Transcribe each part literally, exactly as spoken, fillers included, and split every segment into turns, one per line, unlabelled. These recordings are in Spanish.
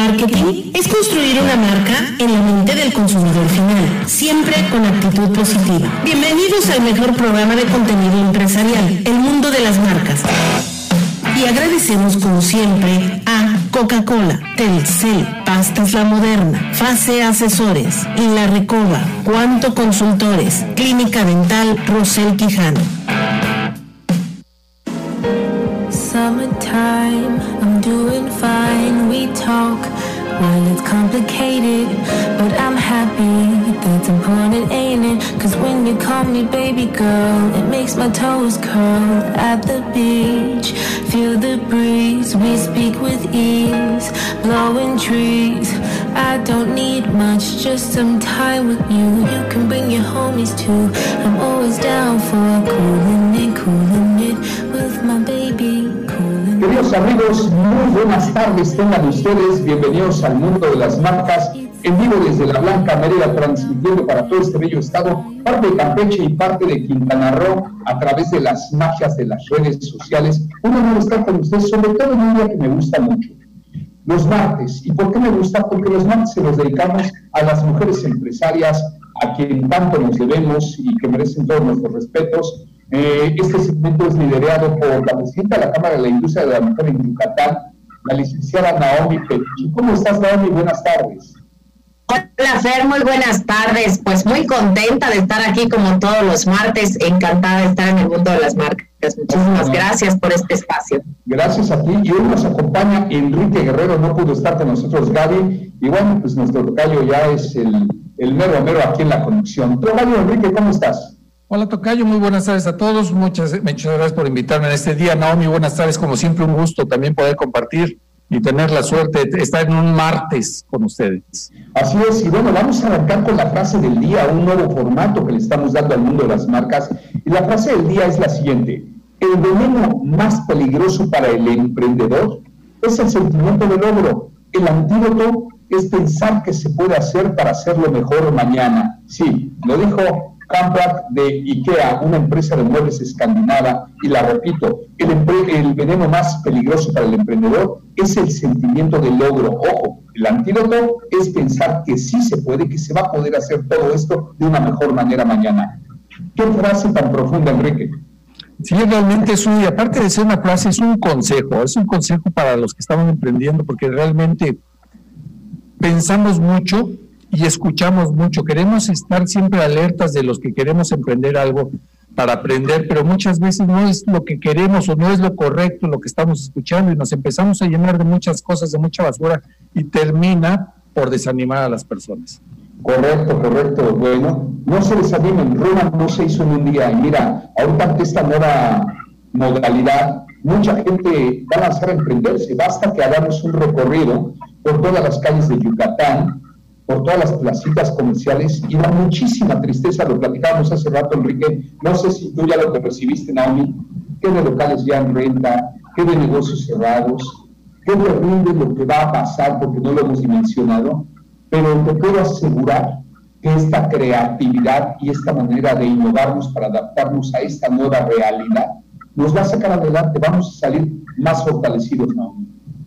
Marketing es construir una marca en la mente del consumidor final, siempre con actitud positiva. Bienvenidos al mejor programa de contenido empresarial, El Mundo de las Marcas. Y agradecemos como siempre a Coca-Cola, Telcel, Pastas La Moderna, Fase Asesores, La Recoba, Cuanto Consultores, Clínica Dental Rosel Quijano.
Summertime, I'm doing fine. We talk while it's complicated, but I'm happy. That's important, ain't it? Cause when you call me baby girl, it makes my toes curl. At the beach, feel the breeze. We speak with ease, blowing trees. I don't need much, just some time with you. You can bring your homies too. I'm always down for cooling it, cooling it with my baby.
Queridos amigos, muy buenas tardes tengan ustedes, bienvenidos al Mundo de las Marcas, en vivo desde La Blanca, Mérida, transmitiendo para todo este bello estado, parte de Campeche y parte de Quintana Roo, a través de las magias de las redes sociales. Un honor estar con ustedes, sobre todo en un día que me gusta mucho, los martes. ¿Y por qué me gusta? Porque los martes se los dedicamos a las mujeres empresarias, a quien tanto nos debemos y que merecen todos nuestros respetos. Eh, este segmento es liderado por la presidenta de la Cámara de la Industria de la Mujer en Yucatán, la licenciada Naomi Petiche. ¿Cómo estás, Naomi? Buenas tardes.
Hola, Fer, muy buenas tardes. Pues muy contenta de estar aquí como todos los martes, encantada de estar en el Mundo de las Marcas. Muchísimas bueno, gracias por este espacio.
Gracias a ti. Y hoy nos acompaña Enrique Guerrero, no pudo estar con nosotros Gaby, y bueno, pues nuestro tocayo ya es el, el mero mero aquí en la conexión. Tocayo, Enrique, ¿cómo estás?
Hola, tocayo, muy buenas tardes a todos, muchas, muchas gracias por invitarme en este día. Naomi, buenas tardes, como siempre un gusto también poder compartir y tener la suerte de estar en un martes con ustedes.
Así es, y bueno, vamos a arrancar con la frase del día, un nuevo formato que le estamos dando al Mundo de las Marcas, y la frase del día es la siguiente: el veneno más peligroso para el emprendedor es el sentimiento de logro, el antídoto es pensar que se puede hacer para hacerlo mejor mañana. Sí, lo dijo Campbell de IKEA, una empresa de muebles escandinava, y la repito, el, empre- el veneno más peligroso para el emprendedor es el sentimiento de logro. Ojo, el antídoto es pensar que sí se puede, que se va a poder hacer todo esto de una mejor manera mañana. ¿Qué frase tan profunda, Enrique?
Sí, realmente es un, y aparte de ser una frase, es un consejo, es un consejo para los que estamos emprendiendo, porque realmente pensamos mucho y escuchamos mucho, queremos estar siempre alertas de los que queremos emprender algo para aprender, pero muchas veces no es lo que queremos o no es lo correcto lo que estamos escuchando y nos empezamos a llenar de muchas cosas, de mucha basura y termina por desanimar a las personas.
Correcto, correcto. Bueno, no se desanimen, Roma no se hizo en un día. Y mira, ahorita ante esta nueva modalidad, mucha gente va a lanzar a emprenderse. Basta que hagamos un recorrido por todas las calles de Yucatán, por todas las placitas comerciales, y da muchísima tristeza. Lo platicábamos hace rato, Enrique, no sé si tú ya lo que recibiste, Naomi, qué de locales ya en renta, qué de negocios cerrados, qué terrible lo que va a pasar, porque no lo hemos dimensionado, pero te puedo asegurar que esta creatividad y esta manera de innovarnos para adaptarnos a esta nueva realidad nos va a sacar adelante, vamos a salir más fortalecidos, Naomi.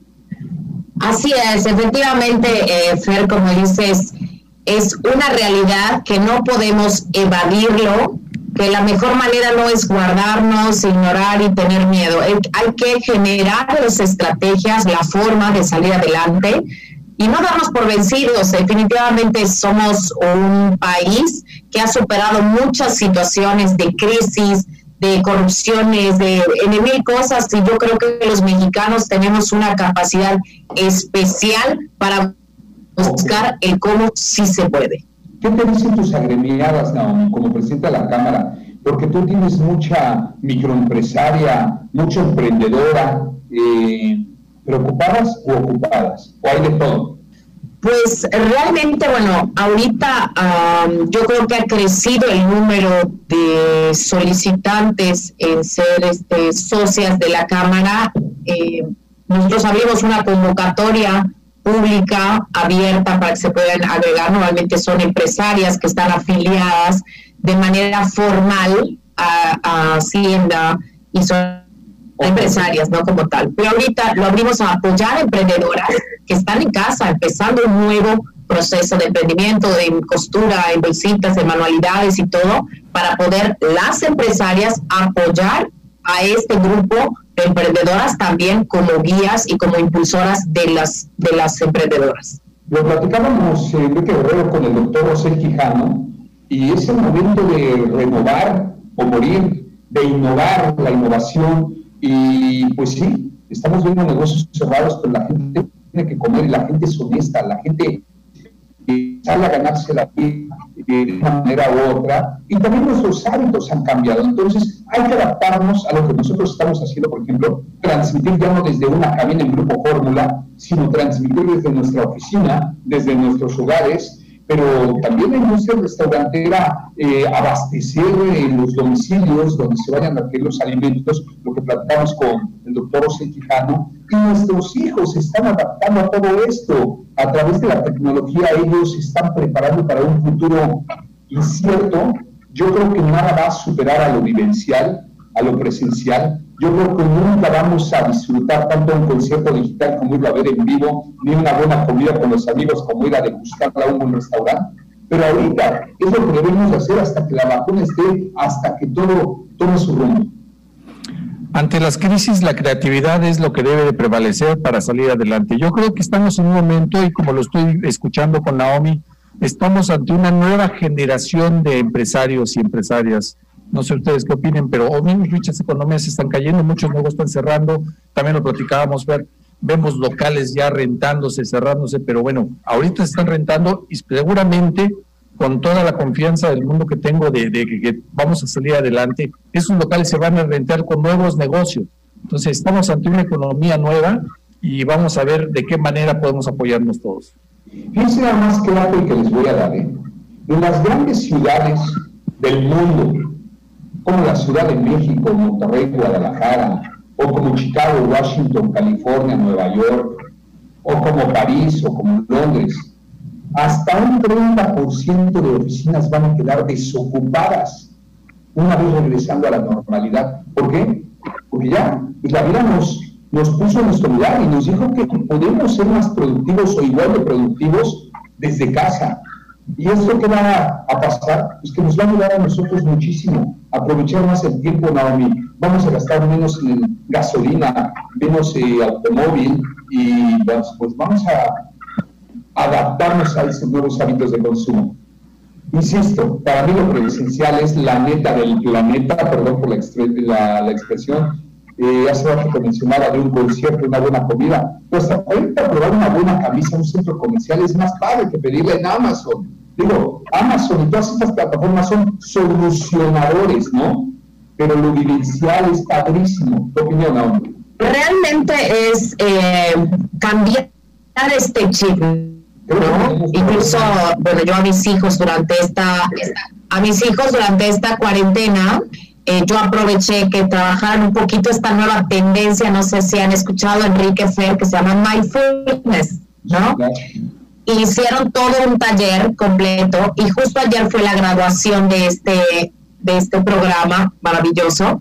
Así es, efectivamente, eh, Fer, como dices, es una realidad que no podemos evadirlo, que la mejor manera no es guardarnos, ignorar y tener miedo. Hay, hay que generar las estrategias, la forma de salir adelante y no darnos por vencidos. Definitivamente somos un país que ha superado muchas situaciones de crisis, de corrupciones, de en mil cosas, y yo creo que los mexicanos tenemos una capacidad especial para buscar el cómo sí se puede.
¿Qué te dicen tus agremiadas, Naomi, como presidenta de la Cámara? Porque tú tienes mucha microempresaria, mucha emprendedora, eh, ¿preocupadas o ocupadas? ¿O hay de todo?
Pues realmente, bueno, ahorita um, yo creo que ha crecido el número de solicitantes en ser este, socias de la Cámara. Eh, nosotros abrimos una convocatoria pública abierta para que se puedan agregar. Normalmente son empresarias que están afiliadas de manera formal a, a Hacienda y son empresarias, ¿no? Como tal. Pero ahorita lo abrimos a apoyar emprendedoras que están en casa, empezando un nuevo proceso de emprendimiento, de costura, en bolsitas, de manualidades y todo, para poder las empresarias apoyar a este grupo de emprendedoras también como guías y como impulsoras de las, de las emprendedoras.
Lo platicábamos, eh, Enrique Guerrero, con el doctor José Quijano, y es el momento de renovar o morir, de innovar la innovación. Y pues sí, estamos viendo negocios cerrados, pero la gente tiene que comer y la gente es honesta, la gente eh, sale a ganarse la vida de una manera u otra, y también nuestros hábitos han cambiado. Entonces hay que adaptarnos a lo que nosotros estamos haciendo, por ejemplo, transmitir ya no desde una cabina en Grupo Fórmula, sino transmitir desde nuestra oficina, desde nuestros hogares, pero también la industria restaurantera, eh, abastecer eh, los domicilios donde se vayan a adquirir los alimentos, lo que platicamos con el doctor José Quijano, y nuestros hijos se están adaptando a todo esto. A través de la tecnología ellos se están preparando para un futuro incierto. Yo creo que nada va a superar a lo vivencial, a lo presencial. Yo creo que nunca vamos a disfrutar tanto un concierto digital como irlo a ver en vivo, ni una buena comida con los amigos como ir a degustarla a un buen restaurante. Pero ahorita es lo que debemos hacer hasta que la vacuna esté, hasta que todo tome su rumbo.
Ante las crisis, la creatividad es lo que debe de prevalecer para salir adelante. Yo creo que estamos en un momento, y como lo estoy escuchando con Naomi, estamos ante una nueva generación de empresarios y empresarias. No sé ustedes qué opinen, pero obviamente muchas economías se están cayendo, muchos nuevos están cerrando, también lo platicábamos, ver, vemos locales ya rentándose, cerrándose, pero bueno, ahorita se están rentando y seguramente con toda la confianza del mundo que tengo de, de que, que vamos a salir adelante, esos locales se van a rentar con nuevos negocios. Entonces estamos ante una economía nueva y vamos a ver de qué manera podemos apoyarnos todos.
Fíjense nada más que dato que les voy a dar, ¿eh? En las grandes ciudades del mundo, como la Ciudad de México, Monterrey, Guadalajara, o como Chicago, Washington, California, Nueva York, o como París, o como Londres, hasta un treinta por ciento de oficinas van a quedar desocupadas una vez regresando a la normalidad. ¿Por qué? Porque ya pues la vida nos, nos puso en nuestro lugar y nos dijo que podemos ser más productivos o igual de productivos desde casa. ¿Y esto qué va a pasar? Pues que nos va a ayudar a nosotros muchísimo, a aprovechar más el tiempo, Naomi. Vamos a gastar menos en gasolina, menos eh, automóvil, y pues, pues vamos a adaptarnos a esos nuevos hábitos de consumo. Insisto, para mí lo presencial es la neta del planeta, perdón por la, la, la expresión. Eh, hace rato que mencionaba de un concierto, una buena comida, pues ahorita probar una buena camisa en un centro comercial es más padre que pedirla en Amazon. Digo, Amazon y todas estas plataformas son solucionadores, ¿no? Pero lo vivencial es padrísimo. ¿Qué opinión, Naomi?
Realmente es eh, cambiar este chip, ¿no? Incluso, bueno, yo a mis hijos durante esta, esta a mis hijos durante esta cuarentena, eh, yo aproveché que trabajaran un poquito esta nueva tendencia, no sé si han escuchado a Enrique Fer, que se llama Mindfulness, ¿no? Hicieron todo un taller completo y justo ayer fue la graduación de este, de este programa maravilloso.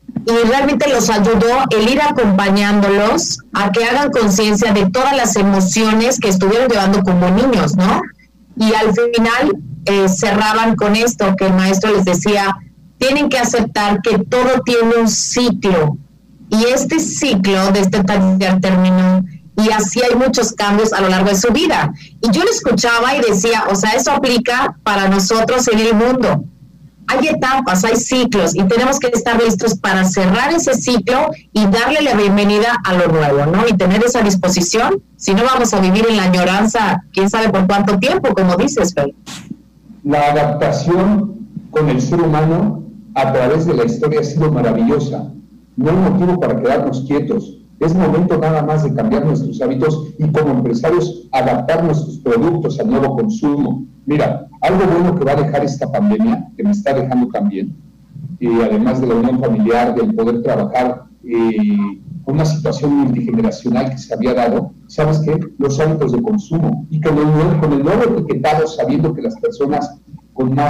Y realmente los ayudó el ir acompañándolos a que hagan conciencia de todas las emociones que estuvieron llevando como niños, ¿no? Y al final eh, cerraban con esto, que el maestro les decía, tienen que aceptar que todo tiene un ciclo. Y este ciclo de este taller terminó, y así hay muchos cambios a lo largo de su vida. Y yo lo escuchaba y decía, o sea, eso aplica para nosotros en el mundo. Hay etapas, hay ciclos y tenemos que estar listos para cerrar ese ciclo y darle la bienvenida a lo nuevo, ¿no? Y tener esa disposición, si no vamos a vivir en la añoranza, quién sabe por cuánto tiempo, como dices, Fel.
La adaptación con el ser humano a través de la historia ha sido maravillosa. No hay motivo para quedarnos quietos. Es momento nada más de cambiar nuestros hábitos y como empresarios adaptar nuestros productos al nuevo consumo. Mira, algo bueno que va a dejar esta pandemia, que me está dejando también, y además de la unión familiar, del poder trabajar eh, con una situación multigeneracional que se había dado, ¿sabes qué? Los hábitos de consumo. Y con el, con el nuevo etiquetado, sabiendo que las personas con más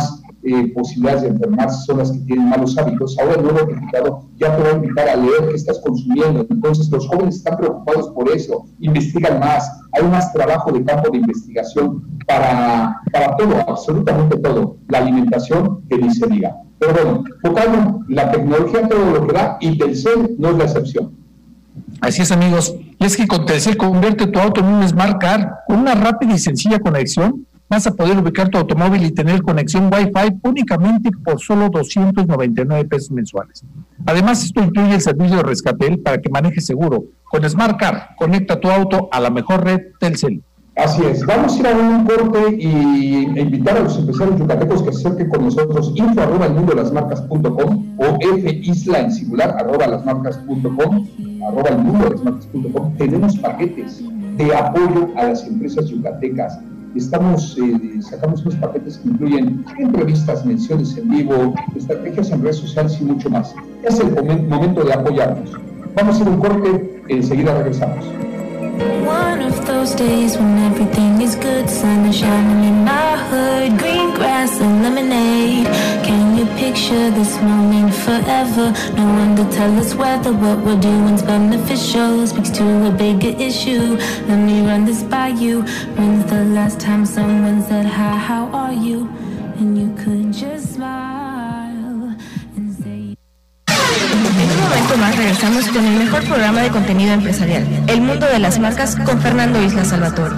eh, posibilidades de enfermarse son las que tienen malos hábitos. Ahora el nuevo etiquetado ya te va a invitar a leer qué estás consumiendo. Entonces los jóvenes están preocupados por eso, investigan más, hay más trabajo de campo de investigación para, para todo, absolutamente todo. La alimentación, que ni se diga. Pero bueno, tocando la tecnología, todo lo que da, y Telcel no es la excepción.
Así es, amigos. Y es que con Telcel convierte tu auto en un Smart Car. Con una rápida y sencilla conexión, vas a poder ubicar tu automóvil y tener conexión Wi-Fi únicamente por solo doscientos noventa y nueve pesos mensuales. Además, esto incluye el servicio de rescate para que manejes seguro. Con Smart Car, conecta tu auto a la mejor red Telcel.
Así es, vamos a ir a un corte y e invitar a los empresarios yucatecos que se acerquen con nosotros, info arroba el mundo de las marcas punto com o fisla en singular arroba las marcas punto com, arroba el mundo de las marcas punto com. Tenemos paquetes de apoyo a las empresas yucatecas. Estamos, eh, sacamos unos paquetes que incluyen entrevistas, menciones en vivo, estrategias en redes sociales y mucho más. Es el momen- momento de apoyarnos. Vamos a ir a un corte, enseguida regresamos.
One of those days when everything is good, sun is shining in my hood, green grass and lemonade. Can you picture this moment forever? No one to tell us whether what we're doing's beneficial, speaks to a bigger issue. Let me run this by you. When's the last time someone said hi, how are you? And you could just smile and say.
En un momento más regresamos con el mejor programa de contenido empresarial, El Mundo de las Marcas, con Fernando Isla Salvatore.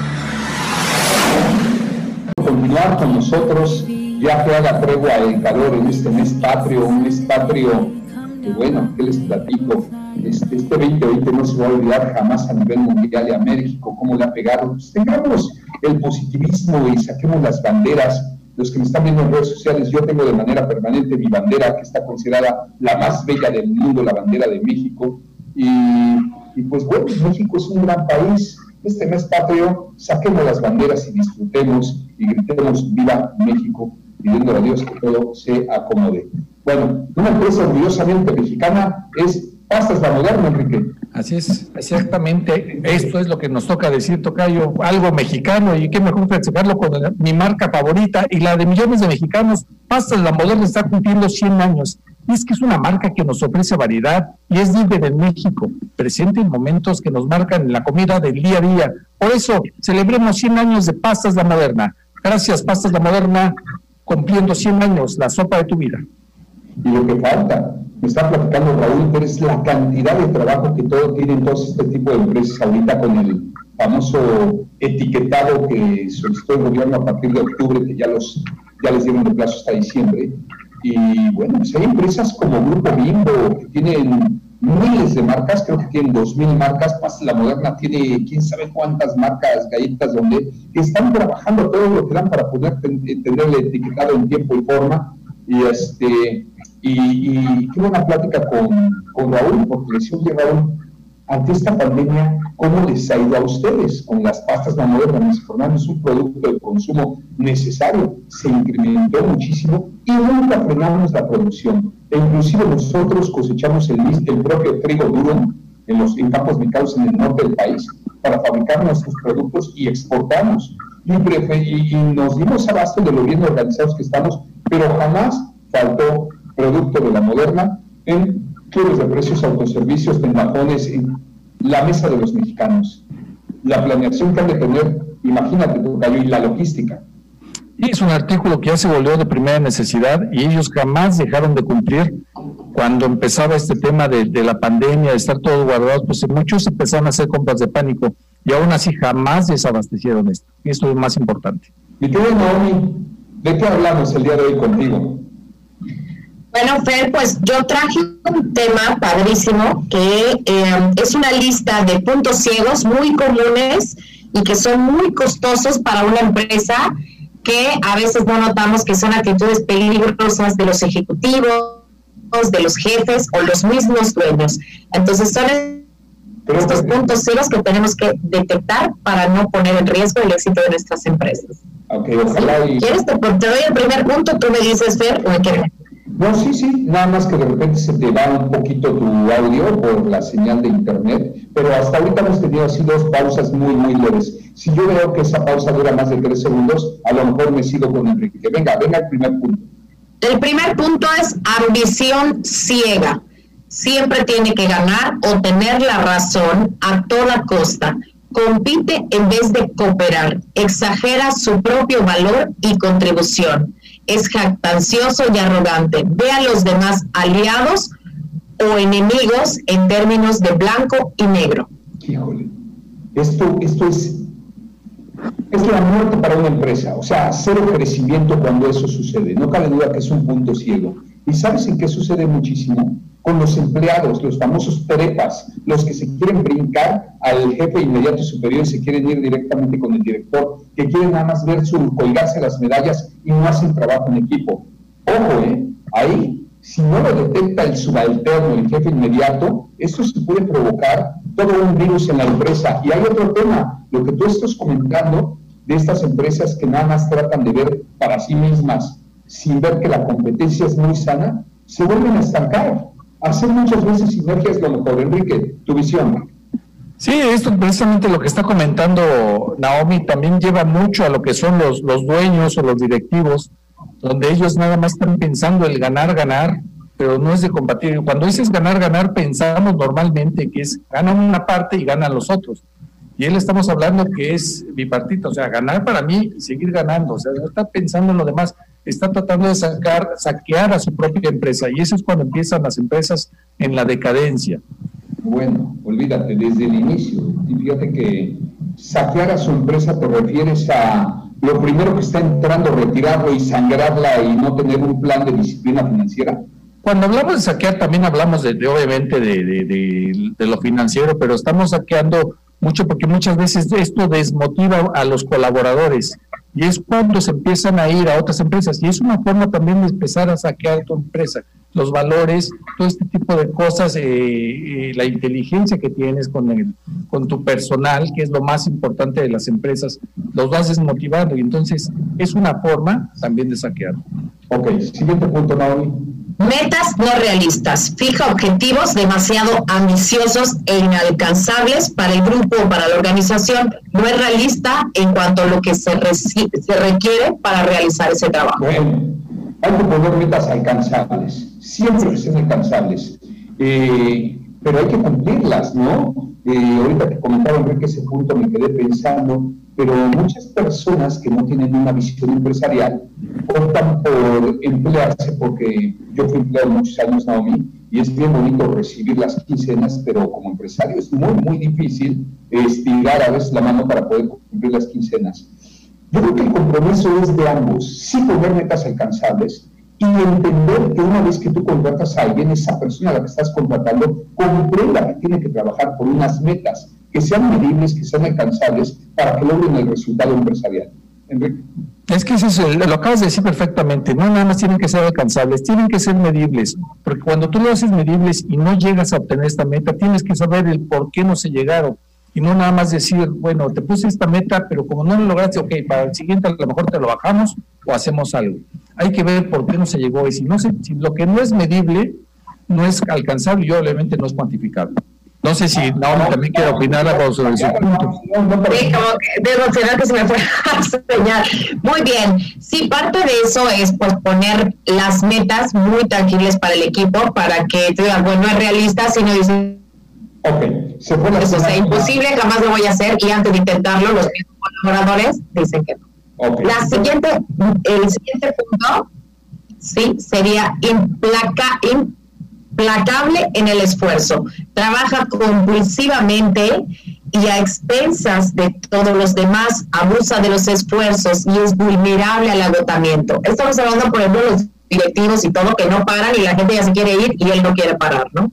Continuar con nosotros, ya que haga tregua el calor en este mes patrio, un mes patrio, que bueno, ¿qué les platico? Este, este veinte veinte no se va a olvidar jamás a nivel mundial y a México, cómo le ha pegado. Pues tengamos el positivismo y saquemos las banderas. Los que me están viendo en redes sociales, yo tengo de manera permanente mi bandera, que está considerada la más bella del mundo, la bandera de México. Y, y pues bueno, México es un gran país. Este mes patrio, saquemos las banderas y disfrutemos y gritemos ¡Viva México!, pidiéndole a Dios que todo se acomode. Bueno, una empresa orgullosamente mexicana es Pastas La Moderna, Enrique.
Así es, exactamente. Esto es lo que nos toca decir, tocayo, algo mexicano, y qué mejor festejarlo con el, mi marca favorita y la de millones de mexicanos. Pastas La Moderna está cumpliendo cien años. Y es que es una marca que nos ofrece variedad y es líder en México, presente en momentos que nos marcan en la comida del día a día. Por eso, celebremos cien años de Pastas La Moderna. Gracias, Pastas La Moderna, cumpliendo cien años, la sopa de tu vida.
Y lo que falta, me está platicando Raúl Pérez, la cantidad de trabajo que todo tienen todos este tipo de empresas ahorita con el famoso etiquetado que solicitó el gobierno a partir de octubre, que ya los ya les dieron de plazo hasta diciembre. Y bueno, pues hay empresas como Grupo Bimbo que tienen miles de marcas, creo que tienen dos mil marcas. Pastas La Moderna tiene quién sabe cuántas marcas, galletas, donde están trabajando todo lo que dan para poder tener el etiquetado en tiempo y forma. Y este y, y tuve una plática con, con Raúl, porque le decía, oye Raúl, ante esta pandemia, ¿cómo les ha ido a ustedes con las pastas La Moderna? Mis Fernando, es un producto de consumo necesario, se incrementó muchísimo y nunca frenamos la producción. E inclusive nosotros cosechamos el, el propio trigo duro en los en campos ubicados en el norte del país para fabricar nuestros productos y exportamos. Y, y, y nos dimos abasto de lo bien organizados que estamos, pero jamás faltó producto de La Moderna en clubes de precios, autoservicios, tendajones, en la mesa de los mexicanos. La planeación que han de tener, imagínate, Tocayo, y la logística.
Y es un artículo que ya se volvió de primera necesidad y ellos jamás dejaron de cumplir. Cuando empezaba este tema de, de la pandemia, de estar todos guardados, pues muchos empezaron a hacer compras de pánico y aún así jamás desabastecieron esto. Y esto es lo más importante.
Mi querida Naomi, ¿de qué hablamos el día de hoy contigo?
Bueno, Fer, pues yo traje un tema padrísimo que eh, es una lista de puntos ciegos muy comunes y que son muy costosos para una empresa, que a veces no notamos que son actitudes peligrosas de los ejecutivos, de los jefes o los mismos dueños. Entonces son estos puntos ciegos que tenemos que detectar para no poner en riesgo el éxito de nuestras empresas.
Okay, ojalá y...
¿Quieres? Te, te doy el primer punto, tú me dices, Fer, o qué.
No, sí, sí, nada más que de repente se te va un poquito tu audio por la señal de internet, pero hasta ahorita hemos tenido así dos pausas muy, muy leves. Si yo veo que esa pausa dura más de tres segundos, a lo mejor me sigo con Enrique. Venga, venga el primer punto.
El primer punto es ambición ciega. Siempre tiene que ganar o tener la razón a toda costa. Compite en vez de cooperar. Exagera su propio valor y contribución. Es jactancioso y arrogante. Ve a los demás aliados o enemigos en términos de blanco y negro.
Híjole, esto, esto es, es la muerte para una empresa. O sea, cero crecimiento cuando eso sucede. No cabe duda que es un punto ciego. ¿Y sabes en qué sucede muchísimo? Con los empleados, los famosos prepas, los que se quieren brincar al jefe inmediato superior y se quieren ir directamente con el director, que quieren nada más ver su colgarse las medallas y no hacen trabajo en equipo. Ojo, ¿eh? Ahí, si no lo detecta el subalterno, el jefe inmediato, esto se puede provocar todo un virus en la empresa. Y hay otro tema, lo que tú estás comentando de estas empresas que nada más tratan de ver para sí mismas, sin ver que la competencia es muy sana, se vuelven a estancar. Hacer muchas veces sinergia es lo mejor. Enrique, tu visión.
Sí, esto precisamente lo que está comentando Naomi también lleva mucho a lo que son los, los dueños o los directivos, donde ellos nada más están pensando el ganar, ganar, pero no es de combatir. Cuando dices ganar, ganar, pensamos normalmente que es ganan una parte y ganan los otros. Y él estamos hablando que es bipartita, o sea, ganar para mí y seguir ganando, o sea, no está pensando en lo demás, está tratando de sacar, saquear a su propia empresa, y eso es cuando empiezan las empresas en la decadencia.
Bueno, olvídate, desde el inicio, y fíjate que saquear a su empresa te refieres a lo primero que está entrando, retirarlo y sangrarla y no tener un plan de disciplina financiera.
Cuando hablamos de saquear también hablamos de, de obviamente de, de, de, de lo financiero, pero estamos saqueando mucho porque muchas veces esto desmotiva a los colaboradores y es cuando se empiezan a ir a otras empresas y es una forma también de empezar a saquear tu empresa, los valores, todo este tipo de cosas, eh, eh, la inteligencia que tienes con, el, con tu personal, que es lo más importante de las empresas, los vas desmotivando y entonces es una forma también de saquear.
Ok, siguiente punto, Naomi.
Metas no realistas. Fija objetivos demasiado ambiciosos e inalcanzables para el grupo o para la organización. No es realista en cuanto a lo que se, reci- se requiere para realizar ese trabajo.
Bueno, hay que poner metas alcanzables. Siempre que sean alcanzables. Eh, pero hay que cumplirlas, ¿no? Eh, ahorita que comentaba Enrique ese punto me quedé pensando, pero muchas personas que no tienen una visión empresarial optan por emplearse, porque yo fui empleado muchos años, Naomi, y es bien bonito recibir las quincenas, pero como empresario es muy, muy difícil estirar a veces la mano para poder cumplir las quincenas. Yo creo que el compromiso es de ambos, sí poner metas alcanzables, y entender que una vez que tú contratas a alguien, esa persona a la que estás contratando comprenda que tiene que trabajar por unas metas que sean medibles, que sean alcanzables para que logren el resultado empresarial. Enrique.
Es que eso es el, lo acabas de decir perfectamente, no nada más tienen que ser alcanzables, tienen que ser medibles, porque cuando tú lo haces medibles y no llegas a obtener esta meta, tienes que saber el por qué no se llegaron, y no nada más decir, bueno, te puse esta meta, pero como no lo lograste, ok, para el siguiente a lo mejor te lo bajamos o hacemos algo. Hay que ver por qué no se llegó, y si, no se, si lo que no es medible, no es alcanzable y obviamente no es cuantificable. No sé si Naomi no, también no, quiere opinar no, algo sobre ese punto.
Sí, como que debo mencionar que se me fue a enseñar. Muy bien. Sí, parte de eso es pues poner las metas muy tangibles para el equipo, para que te digan, bueno, no es realista, sino dicen,
okay, se puede
eso es imposible, jamás lo voy a hacer, y antes de intentarlo, los mismos colaboradores dicen que no. Okay. La siguiente, el siguiente punto, sí, sería implaca, implacable en el esfuerzo. Trabaja compulsivamente y a expensas de todos los demás, abusa de los esfuerzos y es vulnerable al agotamiento. Estamos hablando, por ejemplo, de los directivos y todo, que no paran y la gente ya se quiere ir y él no quiere parar, ¿no?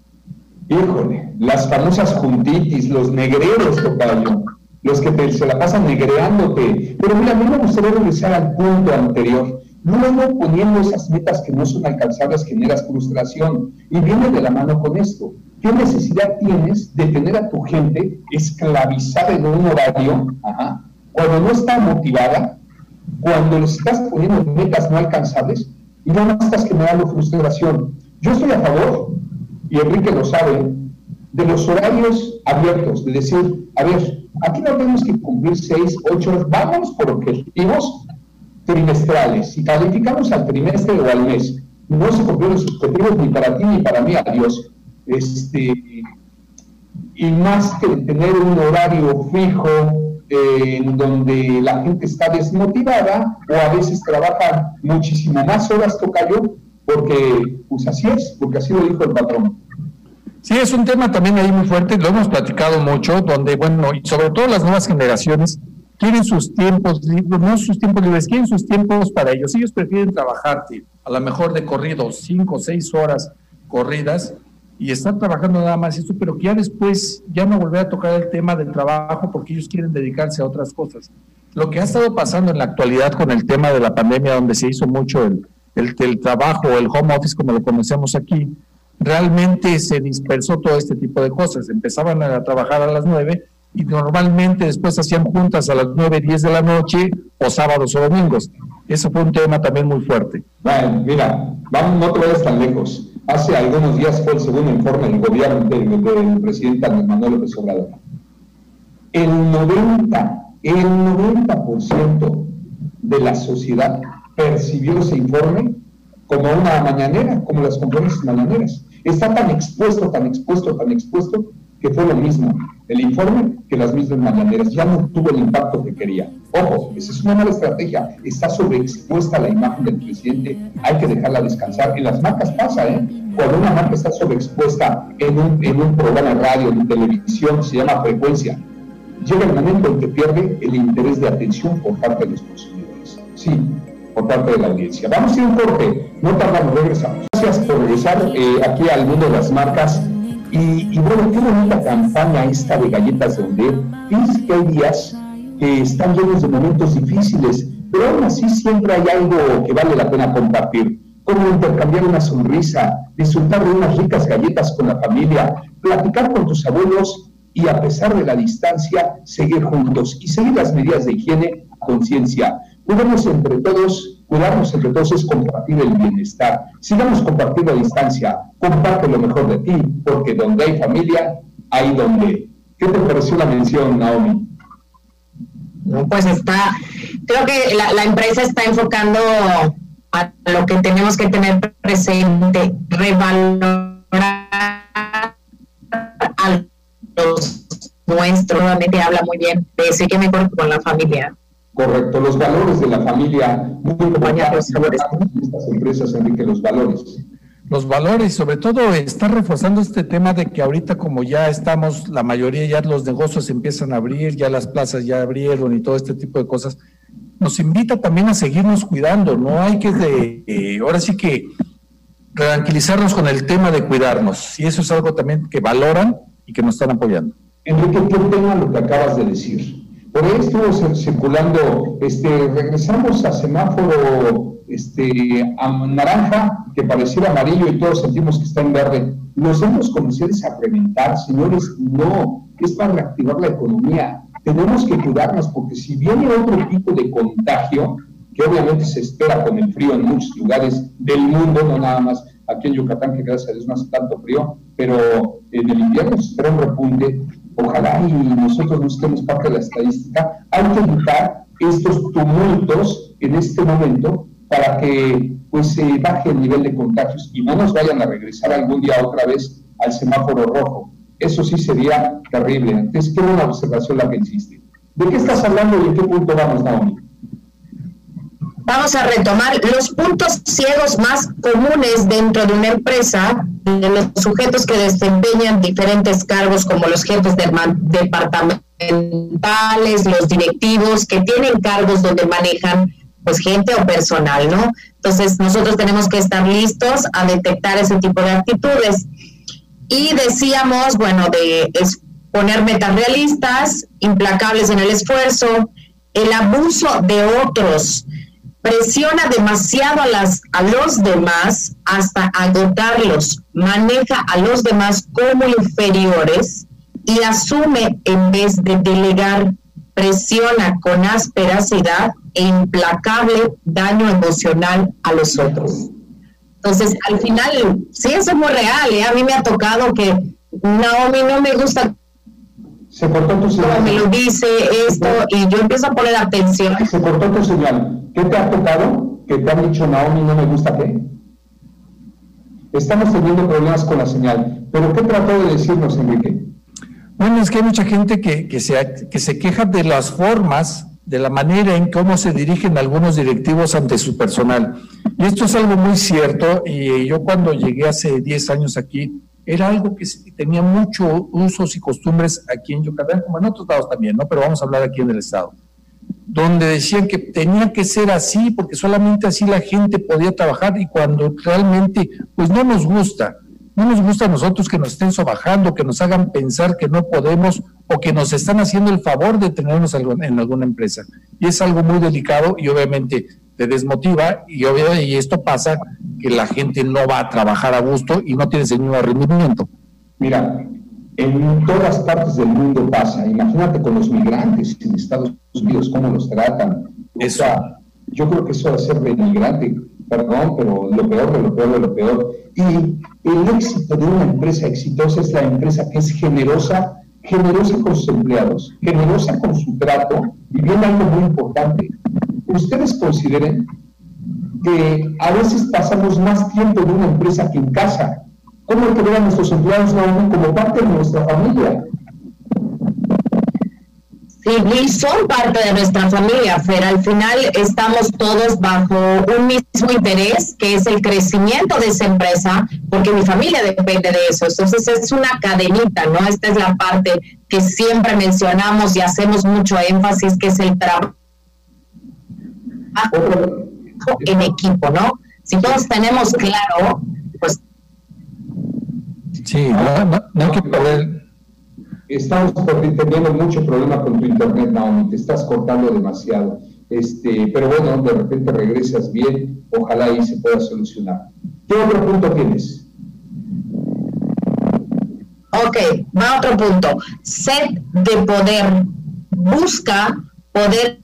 Híjole, las famosas juntitis, los negreros, tocayo. Los que te, se la pasan negreándote. Pero mira, a mí me gustaría regresar al punto anterior. Luego, poniendo esas metas que no son alcanzables, generas frustración. Y viene de la mano con esto. ¿Qué necesidad tienes de tener a tu gente esclavizada en un horario, ajá, cuando no está motivada, cuando les estás poniendo metas no alcanzables? y nada más estás generando frustración. Yo estoy a favor, y Enrique lo sabe, de los horarios abiertos, de decir, a ver, aquí no tenemos que cumplir seis, ocho horas, vamos por objetivos trimestrales, si calificamos al trimestre o al mes, no se cumplieron los objetivos ni para ti ni para mí, adiós. Este, y más que tener un horario fijo eh, en donde la gente está desmotivada o a veces trabaja muchísimo más horas, tocayo, porque pues así es, porque así lo dijo el patrón.
Sí, es un tema también ahí muy fuerte, lo hemos platicado mucho, donde, bueno, y sobre todo las nuevas generaciones quieren sus tiempos libres, no sus tiempos libres, quieren sus tiempos para ellos. Ellos prefieren trabajar, a lo mejor de corrido, cinco o seis horas corridas, y estar trabajando nada más esto, pero que ya después ya no volver a tocar el tema del trabajo porque ellos quieren dedicarse a otras cosas. Lo que ha estado pasando en la actualidad con el tema de la pandemia, donde se hizo mucho el, el, el trabajo, el home office, como lo conocemos aquí, realmente se dispersó todo este tipo de cosas. Empezaban a trabajar a las nueve y normalmente después hacían juntas a las nueve, diez de la noche o sábados o domingos. Eso fue un tema también muy fuerte.
Bueno, mira, vamos, no te vayas tan lejos. Hace algunos días fue el segundo informe del gobierno del, del presidente Andrés Manuel López Obrador. El noventa, el noventa por ciento de la sociedad percibió ese informe como una mañanera, como las conferencias mañaneras. Está tan expuesto, tan expuesto, tan expuesto, que fue lo mismo el informe que las mismas mañaneras. Ya no tuvo el impacto que quería. Ojo, esa es una mala estrategia. Está sobreexpuesta la imagen del presidente. Hay que dejarla descansar. En las marcas pasa, ¿eh? Cuando una marca está sobreexpuesta en un, en un programa de radio, en televisión, se llama frecuencia. Llega el momento en que pierde el interés de atención por parte de los consumidores. Sí, por parte de la audiencia. Vamos a ir a un corte. No tardamos, regresamos. Gracias por regresar eh, aquí al mundo de las marcas. Y, y bueno, qué bonita campaña esta de galletas de Onder. Fíjense que hay días que están llenos de momentos difíciles, pero aún así siempre hay algo que vale la pena compartir, como intercambiar una sonrisa, disfrutar de unas ricas galletas con la familia, platicar con tus abuelos y a pesar de la distancia, seguir juntos y seguir las medidas de higiene a conciencia. Cuidemos entre todos, cuidarnos entre todos es compartir el bienestar. Sigamos compartiendo a distancia, comparte lo mejor de ti, porque donde hay familia, hay donde. ¿Qué te pareció la mención, Naomi?
No, pues está, creo que la, la empresa está enfocando a lo que tenemos que tener presente, revalorar a los nuestros, nuevamente habla muy bien de eso y que mejor con la familia.
Correcto, los valores de la familia, muy importantes en estas empresas, Enrique, los valores.
Los valores, sobre todo está reforzando este tema de que ahorita como ya estamos, la mayoría ya los negocios empiezan a abrir, ya las plazas ya abrieron y todo este tipo de cosas, nos invita también a seguirnos cuidando, no hay que, de, eh, ahora sí que tranquilizarnos con el tema de cuidarnos, y eso es algo también que valoran y que nos están apoyando.
Enrique, qué tema lo que acabas de decir. Por ahí estuvo circulando, este, regresamos a semáforo este, a naranja, que pareciera amarillo y todos sentimos que está en verde. ¿Nos hemos conocido a preventar, señores? No, es para reactivar la economía. Tenemos que cuidarnos porque si viene otro tipo de contagio, que obviamente se espera con el frío en muchos lugares del mundo, no nada más aquí en Yucatán, que gracias a Dios no hace tanto frío, pero en el invierno se espera un repunte. Ojalá y nosotros no estemos parte de la estadística. Hay que evitar estos tumultos en este momento para que pues se eh, baje el nivel de contagios y no nos vayan a regresar algún día otra vez al semáforo rojo. Eso sí sería terrible. Entonces, qué buena observación la que hiciste. ¿De qué estás hablando y en qué punto vamos, Naomi?
Vamos a retomar los puntos ciegos más comunes dentro de una empresa, de los sujetos que desempeñan diferentes cargos como los jefes de departamentales, los directivos que tienen cargos donde manejan pues gente o personal, ¿no? Entonces nosotros tenemos que estar listos a detectar ese tipo de actitudes. Y decíamos, bueno, de es poner metas realistas, implacables en el esfuerzo, el abuso de otros, presiona demasiado a, las, a los demás hasta agotarlos, maneja a los demás como inferiores y asume en vez de delegar, presiona con asperacidad e implacable daño emocional a los otros. Entonces, al final, sí, eso es muy real, ¿eh? A mí me ha tocado que Naomi no me gusta
se cortó tu señal.
Me lo dice esto y yo empiezo a poner atención.
Se cortó tu señal. ¿Qué te ha tocado? Que te han dicho, Naomi, no me gusta qué. Estamos teniendo problemas con la señal. ¿Pero qué trató de decirnos, Enrique?
Bueno, es que hay mucha gente que, que, se, que se queja de las formas, de la manera en cómo se dirigen algunos directivos ante su personal. Y esto es algo muy cierto, y yo cuando llegué hace diez años aquí, era algo que tenía muchos usos y costumbres aquí en Yucatán, como en otros lados también, ¿no? Pero vamos a hablar aquí en el estado, donde decían que tenía que ser así, porque solamente así la gente podía trabajar, y cuando realmente, pues no nos gusta, no nos gusta a nosotros que nos estén sobajando, que nos hagan pensar que no podemos, o que nos están haciendo el favor de tenernos en alguna empresa. Y es algo muy delicado, y obviamente te desmotiva, y obviamente y esto pasa que la gente no va a trabajar a gusto y no tiene ese mismo rendimiento.
Mira, en todas partes del mundo pasa. Imagínate con los migrantes en Estados Unidos, cómo los tratan.
Eso.
O sea, yo creo que eso va a ser denigrante, perdón, pero lo peor de lo peor de lo peor. Y el éxito de una empresa exitosa es la empresa que es generosa, generosa con sus empleados, generosa con su trato, y viene algo muy importante. Ustedes consideren que a veces pasamos más tiempo en una empresa que en casa. ¿Cómo hay que ver a nuestros empleados no, como parte de nuestra familia?
Sí, y son parte de nuestra familia, Fer. Al final estamos todos bajo un mismo interés, que es el crecimiento de esa empresa, porque mi familia depende de eso. Entonces es una cadenita, ¿no? Esta es la parte que siempre mencionamos y hacemos mucho énfasis, que es el trabajo en equipo, ¿no? Si todos tenemos claro, pues...
Sí, no, no, no hay que perder...
Estamos teniendo mucho problema con tu internet, Naomi, te estás cortando demasiado. Este, pero bueno, de repente regresas bien, ojalá ahí se pueda solucionar. ¿Qué otro punto tienes?
Ok, va a otro punto. Sed de poder. Busca poder...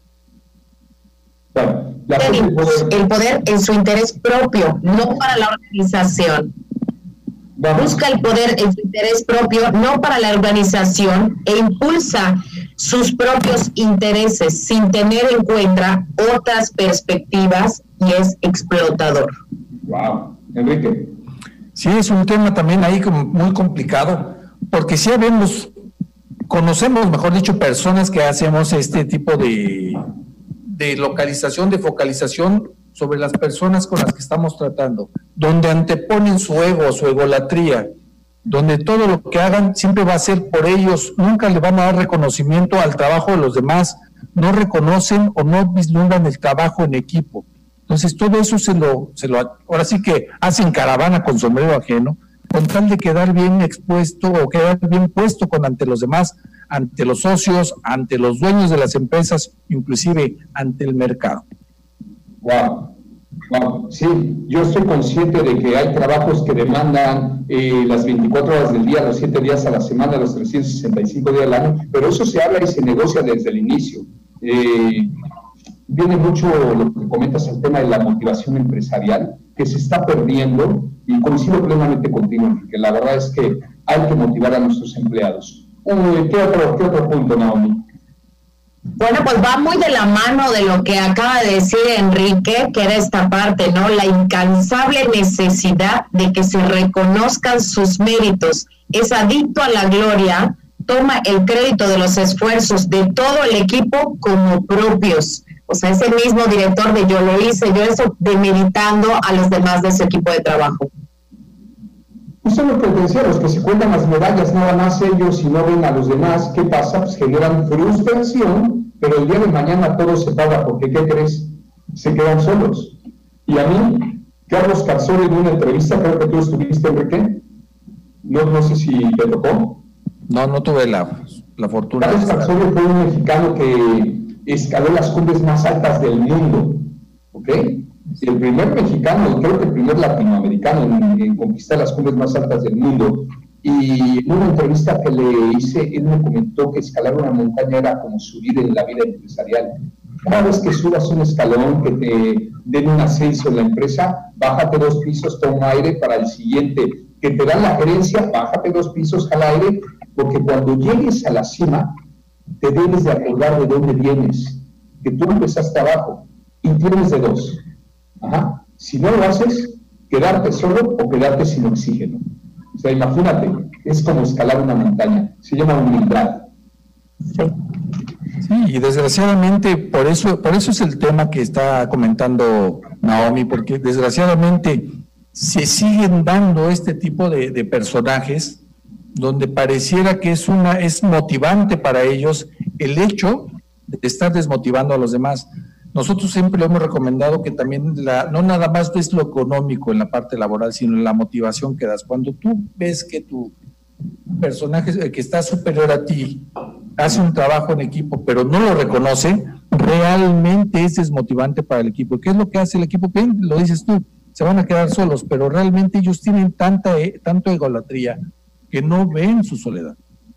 Bueno, la sed de poder...
El poder en su interés propio, no para la organización. Vamos. Busca el poder en su interés propio, no para la organización, e impulsa sus propios intereses sin tener en cuenta otras perspectivas, y es explotador.
Wow, Enrique.
Sí, es un tema también ahí como muy complicado, porque sí vemos, conocemos, mejor dicho, personas que hacemos este tipo de, de localización, de focalización sobre las personas con las que estamos tratando, donde anteponen su ego, su egolatría, donde todo lo que hagan siempre va a ser por ellos, nunca le van a dar reconocimiento al trabajo de los demás, no reconocen o no vislumbran el trabajo en equipo. Entonces todo eso se lo, se lo, ahora sí que hacen caravana con sombrero ajeno, con tal de quedar bien expuesto o quedar bien puesto con ante los demás, ante los socios, ante los dueños de las empresas, inclusive ante el mercado.
Wow, wow, sí, yo estoy consciente de que hay trabajos que demandan eh, las veinticuatro horas del día, los siete días a la semana, los trescientos sesenta y cinco días al año, pero eso se habla y se negocia desde el inicio. Eh, viene mucho lo que comentas, el tema de la motivación empresarial, que se está perdiendo, y coincido plenamente contigo, porque la verdad es que hay que motivar a nuestros empleados. Uy, ¿qué otro, qué otro punto, Naomi?
Bueno, pues va muy de la mano de lo que acaba de decir Enrique, que era esta parte, ¿no? La incansable necesidad de que se reconozcan sus méritos. Es adicto a la gloria, toma el crédito de los esfuerzos de todo el equipo como propios. O sea, ese mismo director de yo lo hice, yo eso, demeritando a los demás de su equipo de trabajo.
Eso es lo que te decía, los que se cuentan las medallas nada más ellos y no ven a los demás. ¿Qué pasa? Pues generan frustración, pero el día de mañana todo se paga, porque ¿qué crees? Se quedan solos. Y a mí, Carlos Carzón, en una entrevista, creo que tú estuviste, Enrique, no, no sé si te tocó.
No, no tuve la, la fortuna.
Carlos Carzón fue un mexicano que escaló las cumbres más altas del mundo, ¿ok? El primer mexicano, creo que el primer latinoamericano en, en conquistar las cumbres más altas del mundo. Y en una entrevista que le hice, él me comentó que escalar una montaña era como subir en la vida empresarial, Cada vez que subas un escalón, que te den un ascenso en la empresa, bájate dos pisos, toma aire para el siguiente. Que te dan la gerencia, bájate dos pisos al aire, porque cuando llegues a la cima, te debes de acordar de dónde vienes, que tú empezaste abajo, y tienes de dos. Ajá. Si no lo haces, quedarte solo o quedarte sin oxígeno. O sea, imagínate, es como escalar una montaña, se llama humildad.
Sí. Sí, y desgraciadamente por eso, por eso es el tema que está comentando Naomi, porque desgraciadamente se siguen dando este tipo de, de personajes donde pareciera que es una es motivante para ellos el hecho de estar desmotivando a los demás. Nosotros siempre hemos recomendado que también la, no nada más es lo económico en la parte laboral, sino la motivación que das. Cuando tú ves que tu personaje que está superior a ti hace un trabajo en equipo, pero no lo reconoce, realmente es desmotivante para el equipo. ¿Qué es lo que hace el equipo? Bien, lo dices tú, se van a quedar solos, pero realmente ellos tienen tanta tanto egolatría que no ven su soledad.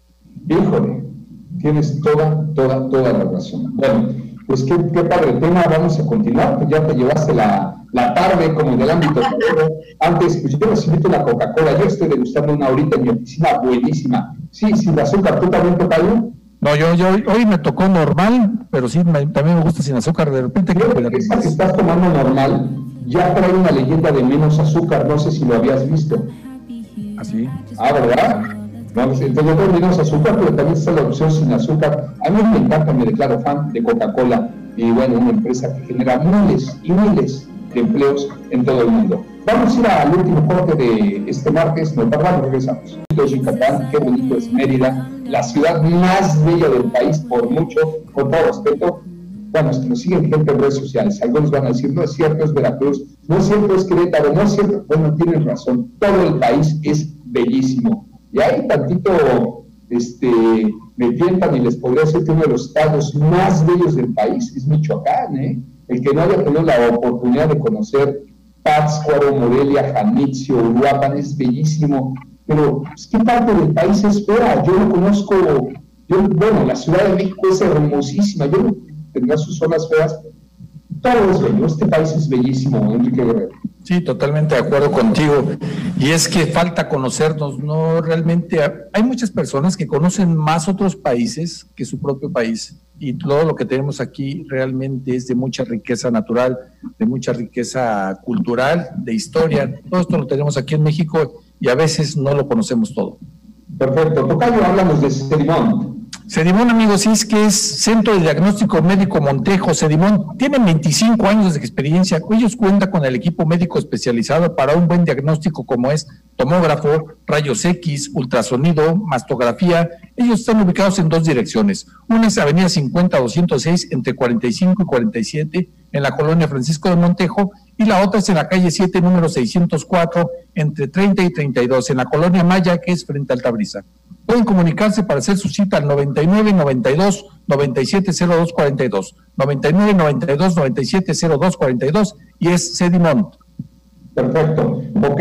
Híjole, tienes toda, toda, toda la razón. Bueno, pues qué, qué padre el tema, vamos a continuar, pues ya te llevaste la, la tarde como del ámbito. Antes, pues yo les invito una Coca-Cola, yo estoy degustando una ahorita en mi oficina, buenísima. Sí, sin azúcar, ¿tú también, tocayo?
No, yo, yo hoy me tocó normal, pero sí, me, también me gusta sin azúcar, de repente.
Creo que esa que estás tomando normal ya trae una leyenda de menos azúcar, no sé si lo habías visto.
¿Ah, sí?
Ah, ¿verdad? No, entonces yo tengo menos azúcar, pero también está la opción sin azúcar. A mí me encanta, me declaro fan de Coca-Cola, y bueno, una empresa que genera miles y miles de empleos en todo el mundo. Vamos a ir al último corte de este martes, no tardamos, regresamos. Yucatán, qué bonito es Mérida, la ciudad más bella del país, por mucho, con todo respeto. Bueno, es que nos siguen gente en redes sociales, algunos van a decir, no es cierto, es Veracruz, no es cierto, es Querétaro, no es cierto. Bueno, tienen razón, todo el país es bellísimo. Y ahí tantito este, me tientan y les podría decir que uno de los estados más bellos del país es Michoacán, ¿eh? El que no haya tenido la oportunidad de conocer Pátzcuaro, Morelia, Janitzio, Uruapan, es bellísimo. Pero, pues, ¿qué parte del país es fea? Yo no conozco, yo, bueno, la Ciudad de México es hermosísima, yo no tendrá sus zonas feas, todo es bello, este país es bellísimo, Enrique Guerrero.
Sí, totalmente de acuerdo contigo, y es que falta conocernos, no realmente, hay muchas personas que conocen más otros países que su propio país, y todo lo que tenemos aquí realmente es de mucha riqueza natural, de mucha riqueza cultural, de historia, todo esto lo tenemos aquí en México, y a veces no lo conocemos todo.
Perfecto. Tocayo, háblanos de Sedimont.
Sedimont, amigos, sí, es que es Centro de Diagnóstico Médico Montejo. Sedimont tiene veinticinco años de experiencia. Ellos cuentan con el equipo médico especializado para un buen diagnóstico como es tomógrafo, rayos X, ultrasonido, mastografía. Ellos están ubicados en dos direcciones. Una es Avenida cincuenta doscientos seis entre cuarenta y cinco y cuarenta y siete en la colonia Francisco de Montejo, y la otra es en la calle siete, número seiscientos cuatro, entre treinta y treinta y dos, en la colonia Maya, que es frente a Altabrisa. Pueden comunicarse para hacer su cita al noventa y nueve, noventa y dos, noventa y siete, cero dos cuarenta y dos, noventa y nueve, noventa y dos, noventa y siete, cero dos cuarenta y dos, y es Sedimont.
Perfecto. Ok,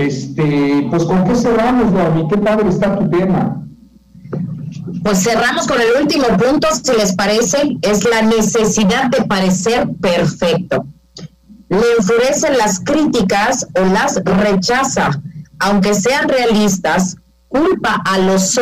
este, pues ¿con qué cerramos, Naomi? ¿Qué padre está tu tema?
Pues cerramos con el último punto, si les parece, es la necesidad de parecer perfecto. Le enfurecen las críticas o las rechaza, aunque sean realistas, culpa a los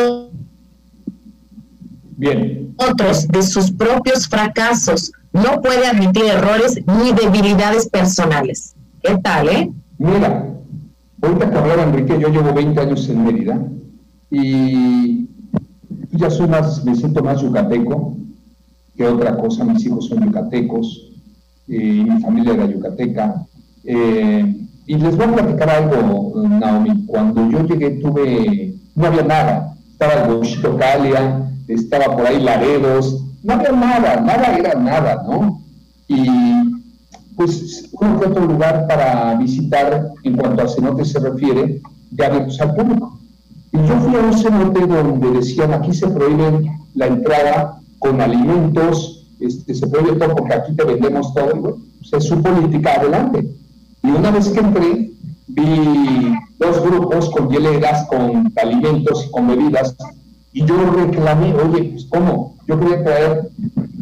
Bien.
otros de sus propios fracasos, no puede admitir errores ni debilidades personales. ¿Qué tal, eh?
Mira, ahorita que hablaba Enrique, yo llevo veinte años en Mérida y ya soy más, me siento más yucateco que otra cosa. Mis hijos son yucatecos, eh, mi familia era yucateca, eh, y les voy a platicar algo, Naomi. Cuando yo llegué tuve, no había nada, estaba el Bochito Calia, estaba por ahí Laredos, no había nada, nada era nada, ¿no? Y pues uno que otro lugar para visitar en cuanto a cenotes se refiere, de abiertos al público. Y yo fui a un cenote donde decían, aquí se prohíbe la entrada con alimentos, este, se prohíbe todo porque aquí te vendemos todo, y bueno, pues es su política, adelante. Y una vez que entré, vi dos grupos con hieleras, con alimentos y con bebidas, y yo reclamé, oye, pues ¿cómo? Yo quería traer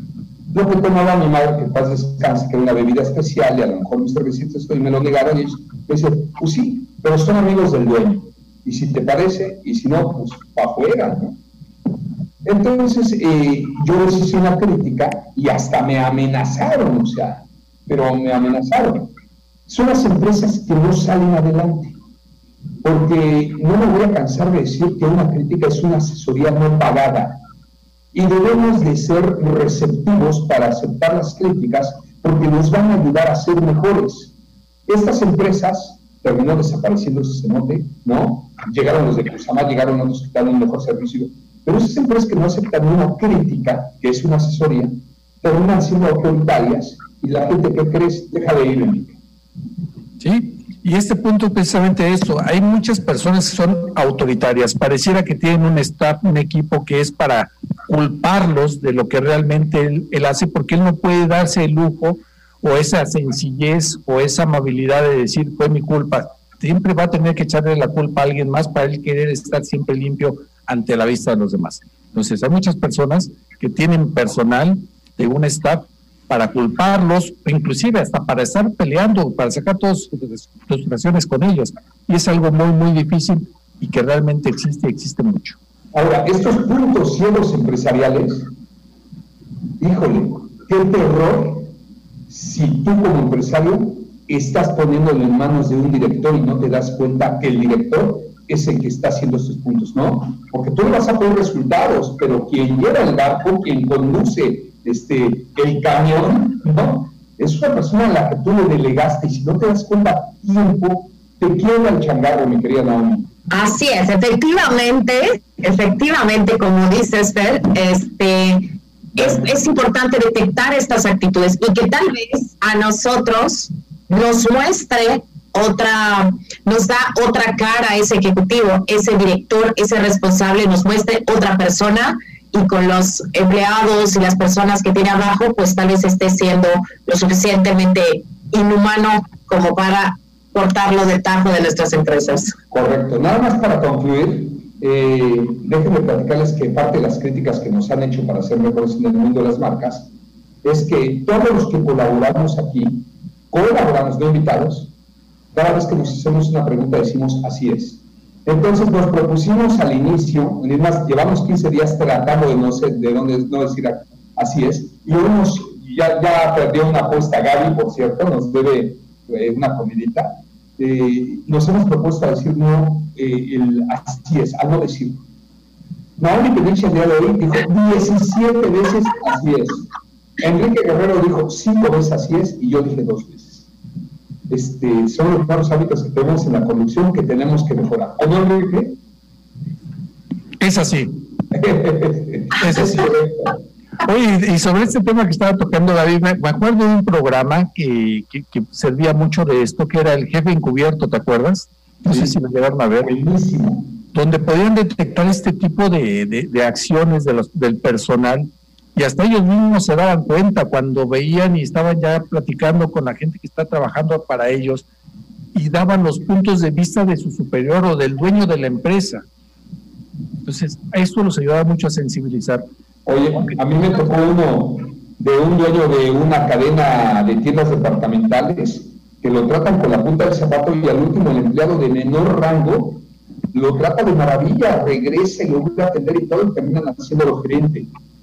lo que tomaba mi madre, que paz descanse, que era una bebida especial, y a lo mejor mis requisitos esto y me lo negaron, y ellos me dicen, pues sí, pero son amigos del dueño, y si te parece, y si no, pues para afuera, ¿no? Entonces, eh, yo les hice una crítica y hasta me amenazaron, o sea, pero me amenazaron. Son las empresas que no salen adelante, porque no me voy a cansar de decir que una crítica es una asesoría no pagada, y debemos de ser receptivos para aceptar las críticas, porque nos van a ayudar a ser mejores. Estas empresas terminó desapareciendo ese cenote, ¿no? Llegaron los de Cruzamar, llegaron otros que dan un mejor servicio, pero esas empresas que no aceptan una crítica, que es una asesoría, terminan siendo autoritarias, y la gente que crees deja de ir en mí.
Sí, y este punto precisamente eso, hay muchas personas que son autoritarias, pareciera que tienen un staff, un equipo que es para culparlos de lo que realmente él, él hace, porque él no puede darse el lujo o esa sencillez o esa amabilidad de decir fue mi culpa. Siempre va a tener que echarle la culpa a alguien más para él querer estar siempre limpio ante la vista de los demás. Entonces hay muchas personas que tienen personal de un staff para culparlos, inclusive hasta para estar peleando, para sacar todas sus frustraciones con ellos. Y es algo muy, muy difícil y que realmente existe, existe mucho.
Ahora, estos puntos ciegos empresariales, híjole, qué terror si tú como empresario estás poniéndolo en manos de un director y no te das cuenta que el director es el que está haciendo estos puntos, ¿no? Porque tú vas a poner resultados, pero quien lleva el barco, quien conduce este, el camión, ¿no? Es una persona a la que tú le delegaste, y si no te das cuenta a tiempo, te quiebra el changarro, mi querida Naomi.
Así es, efectivamente, efectivamente, como dices, Fer, este, es, es importante detectar estas actitudes y que tal vez a nosotros nos muestre otra, nos da otra cara ese ejecutivo, ese director, ese responsable, nos muestre otra persona, y con los empleados y las personas que tiene abajo, pues tal vez esté siendo lo suficientemente inhumano como para cortarlo de tajo de nuestras empresas.
Correcto. Nada más para concluir, eh, déjenme platicarles que parte de las críticas que nos han hecho para ser mejores en el mundo de las marcas es que todos los que colaboramos aquí, colaboramos, no invitados, cada vez que nos hacemos una pregunta decimos así es. Entonces nos propusimos al inicio, además llevamos quince días tratando de no, sé, de no, no decir así es, y hoy nos, ya, ya perdió una apuesta Gaby, por cierto, nos debe eh, una comidita, eh, nos hemos propuesto a decir no, eh, el así es, a no decirlo. Naomi Peniche el día de hoy dijo diecisiete veces así es. Enrique Guerrero dijo cinco veces así es, y yo dije dos veces. Este, son los malos hábitos que tenemos en la conducción que tenemos que mejorar. ¿O no, Enrique?
Es así. Es así. Oye, y sobre este tema que estaba tocando David, me, me acuerdo de un programa que, que, que servía mucho de esto, que era El Jefe Encubierto, ¿te acuerdas? No sí, sé si lo llegaron a ver.
Buenísimo.
Donde podían detectar este tipo de, de, de acciones de los, del personal, y hasta ellos mismos se daban cuenta cuando veían y estaban ya platicando con la gente que está trabajando para ellos, y daban los puntos de vista de su superior o del dueño de la empresa. Entonces, esto los ayudaba mucho a sensibilizar.
Oye, a mí me tocó uno de un dueño de una cadena de tiendas departamentales que lo tratan con la punta del zapato, y al último el empleado de menor rango lo trata de maravilla, regresa y lo vuelve a atender y todo, y terminan haciéndolo gerente.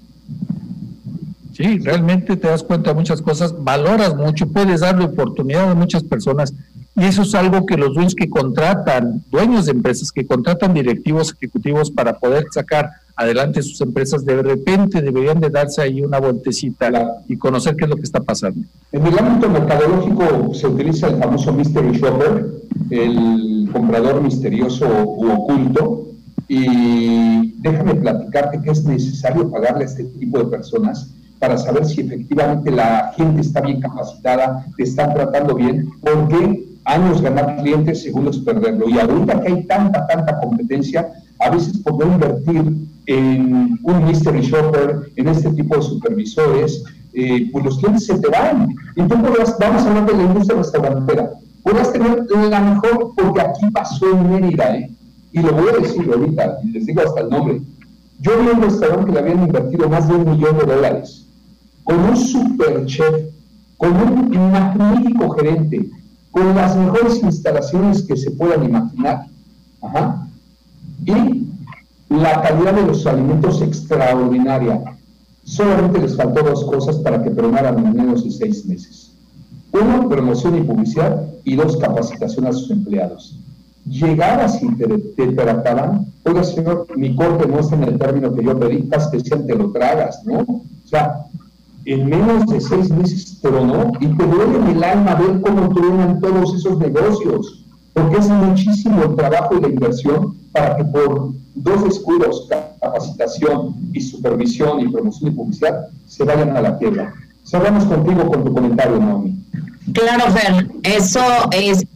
Sí, realmente te das cuenta de muchas cosas, valoras mucho, puedes darle oportunidad a muchas personas, y eso es algo que los dueños que contratan, dueños de empresas que contratan directivos ejecutivos para poder sacar adelante sus empresas, de repente deberían de darse ahí una vueltecita, claro, y conocer qué es lo que está pasando.
En el ámbito mercadológico se utiliza el famoso mystery shopper, el comprador misterioso u oculto, y déjame platicarte que es necesario pagarle a este tipo de personas para saber si efectivamente la gente está bien capacitada, te están tratando bien, porque años ganar clientes, segundos perderlo. Y ahorita que hay tanta, tanta competencia, a veces por no invertir en un mystery shopper, en este tipo de supervisores, eh, pues los clientes se te van. Y tú podrás, vamos a hablar de la industria restaurantera, podrás tener la mejor, porque aquí pasó en Mérida, ¿eh? Y lo voy a decir ahorita, y les digo hasta el nombre. Yo vi un restaurante que le habían invertido más de un millón de dólares. con un super chef, con un magnífico gerente, con las mejores instalaciones que se puedan imaginar, ajá, y la calidad de los alimentos extraordinaria. Solamente les faltó dos cosas para que promocionaran en menos de seis meses. Uno, promoción y publicidad, y dos, capacitación a sus empleados. Llegabas y te, te trataban, oiga señor, mi corte no está en el término que yo pedí, estás que sean, te lo tragas, ¿no? O sea, en menos de seis meses tronó y te duele en el alma ver cómo truenan todos esos negocios, porque es muchísimo el trabajo y la inversión para que por dos descuidos, capacitación y supervisión y promoción y publicidad, se vayan a la quiebra. Cerramos contigo con tu comentario, Naomi.
Claro, Fer, eso es...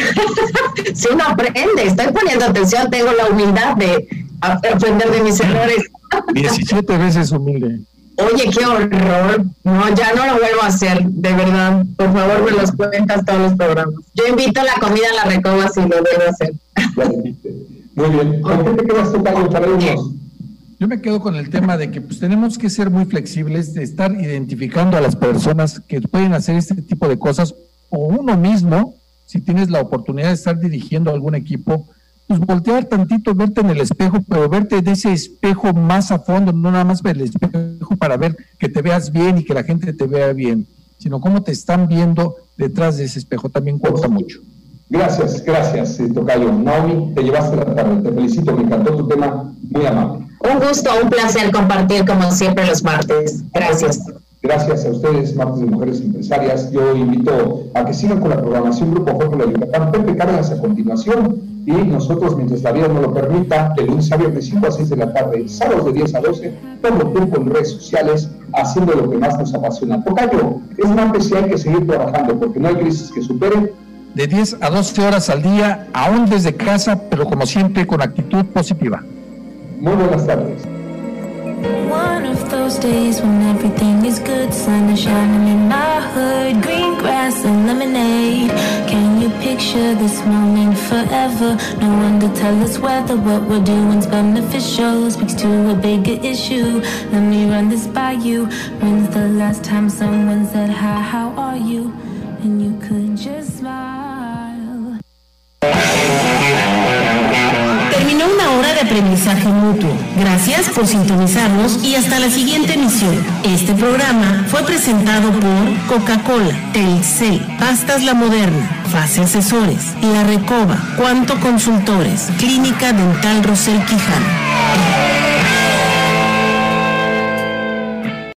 si uno aprende, estoy poniendo atención, tengo la humildad de aprender de mis errores.
diecisiete veces humilde.
Oye, qué horror. No, ya no lo vuelvo a hacer, de verdad. Por favor, me los cuentas todos los programas. Yo invito la comida a la Recoba si lo vuelvo a hacer.
Muy bien. ¿Con qué te quedas tú, Carlos, para irnos?
Yo me quedo con el tema de que pues tenemos que ser muy flexibles, de estar identificando a las personas que pueden hacer este tipo de cosas, o uno mismo, si tienes la oportunidad de estar dirigiendo algún equipo, pues voltear tantito, verte en el espejo, pero verte de ese espejo más a fondo, no nada más ver el espejo para ver que te veas bien y que la gente te vea bien, sino cómo te están viendo detrás de ese espejo, también cuenta mucho.
Gracias, gracias, eh, tocayo. Naomi, te llevaste la tarde, te felicito, me encantó tu tema, muy amable.
Un gusto, un placer compartir como siempre los martes. Gracias.
Gracias a ustedes, Martes de Mujeres Empresarias. Yo invito a que sigan con la programación Grupo Fórmula Yucatán. Pepe Cárdenas a continuación, y nosotros, mientras la vida nos lo permita, de lunes a viernes cinco a seis de la tarde, sábados de diez a doce, todo el tiempo en redes sociales, haciendo lo que más nos apasiona. Tocayo, es martes y hay que seguir trabajando, porque no hay crisis que supere.
De diez a doce horas al día, aún desde casa, pero como siempre con actitud positiva.
Muy buenas tardes.
One of those days when everything is good, sun is shining in my hood, green grass and lemonade. Can you picture this moment forever? No one to tell us whether what we're doing's beneficial, speaks to a bigger issue. Let me run this by you. When's the last time someone said hi, how are you? And you could just smile.
Terminó una hora de aprendizaje mutuo. Gracias por sintonizarnos y hasta la siguiente emisión. Este programa fue presentado por Coca-Cola, Telcel, Pastas La Moderna, Fase Asesores, La Recoba, Cuanto Consultores, Clínica Dental Rosel Quijano.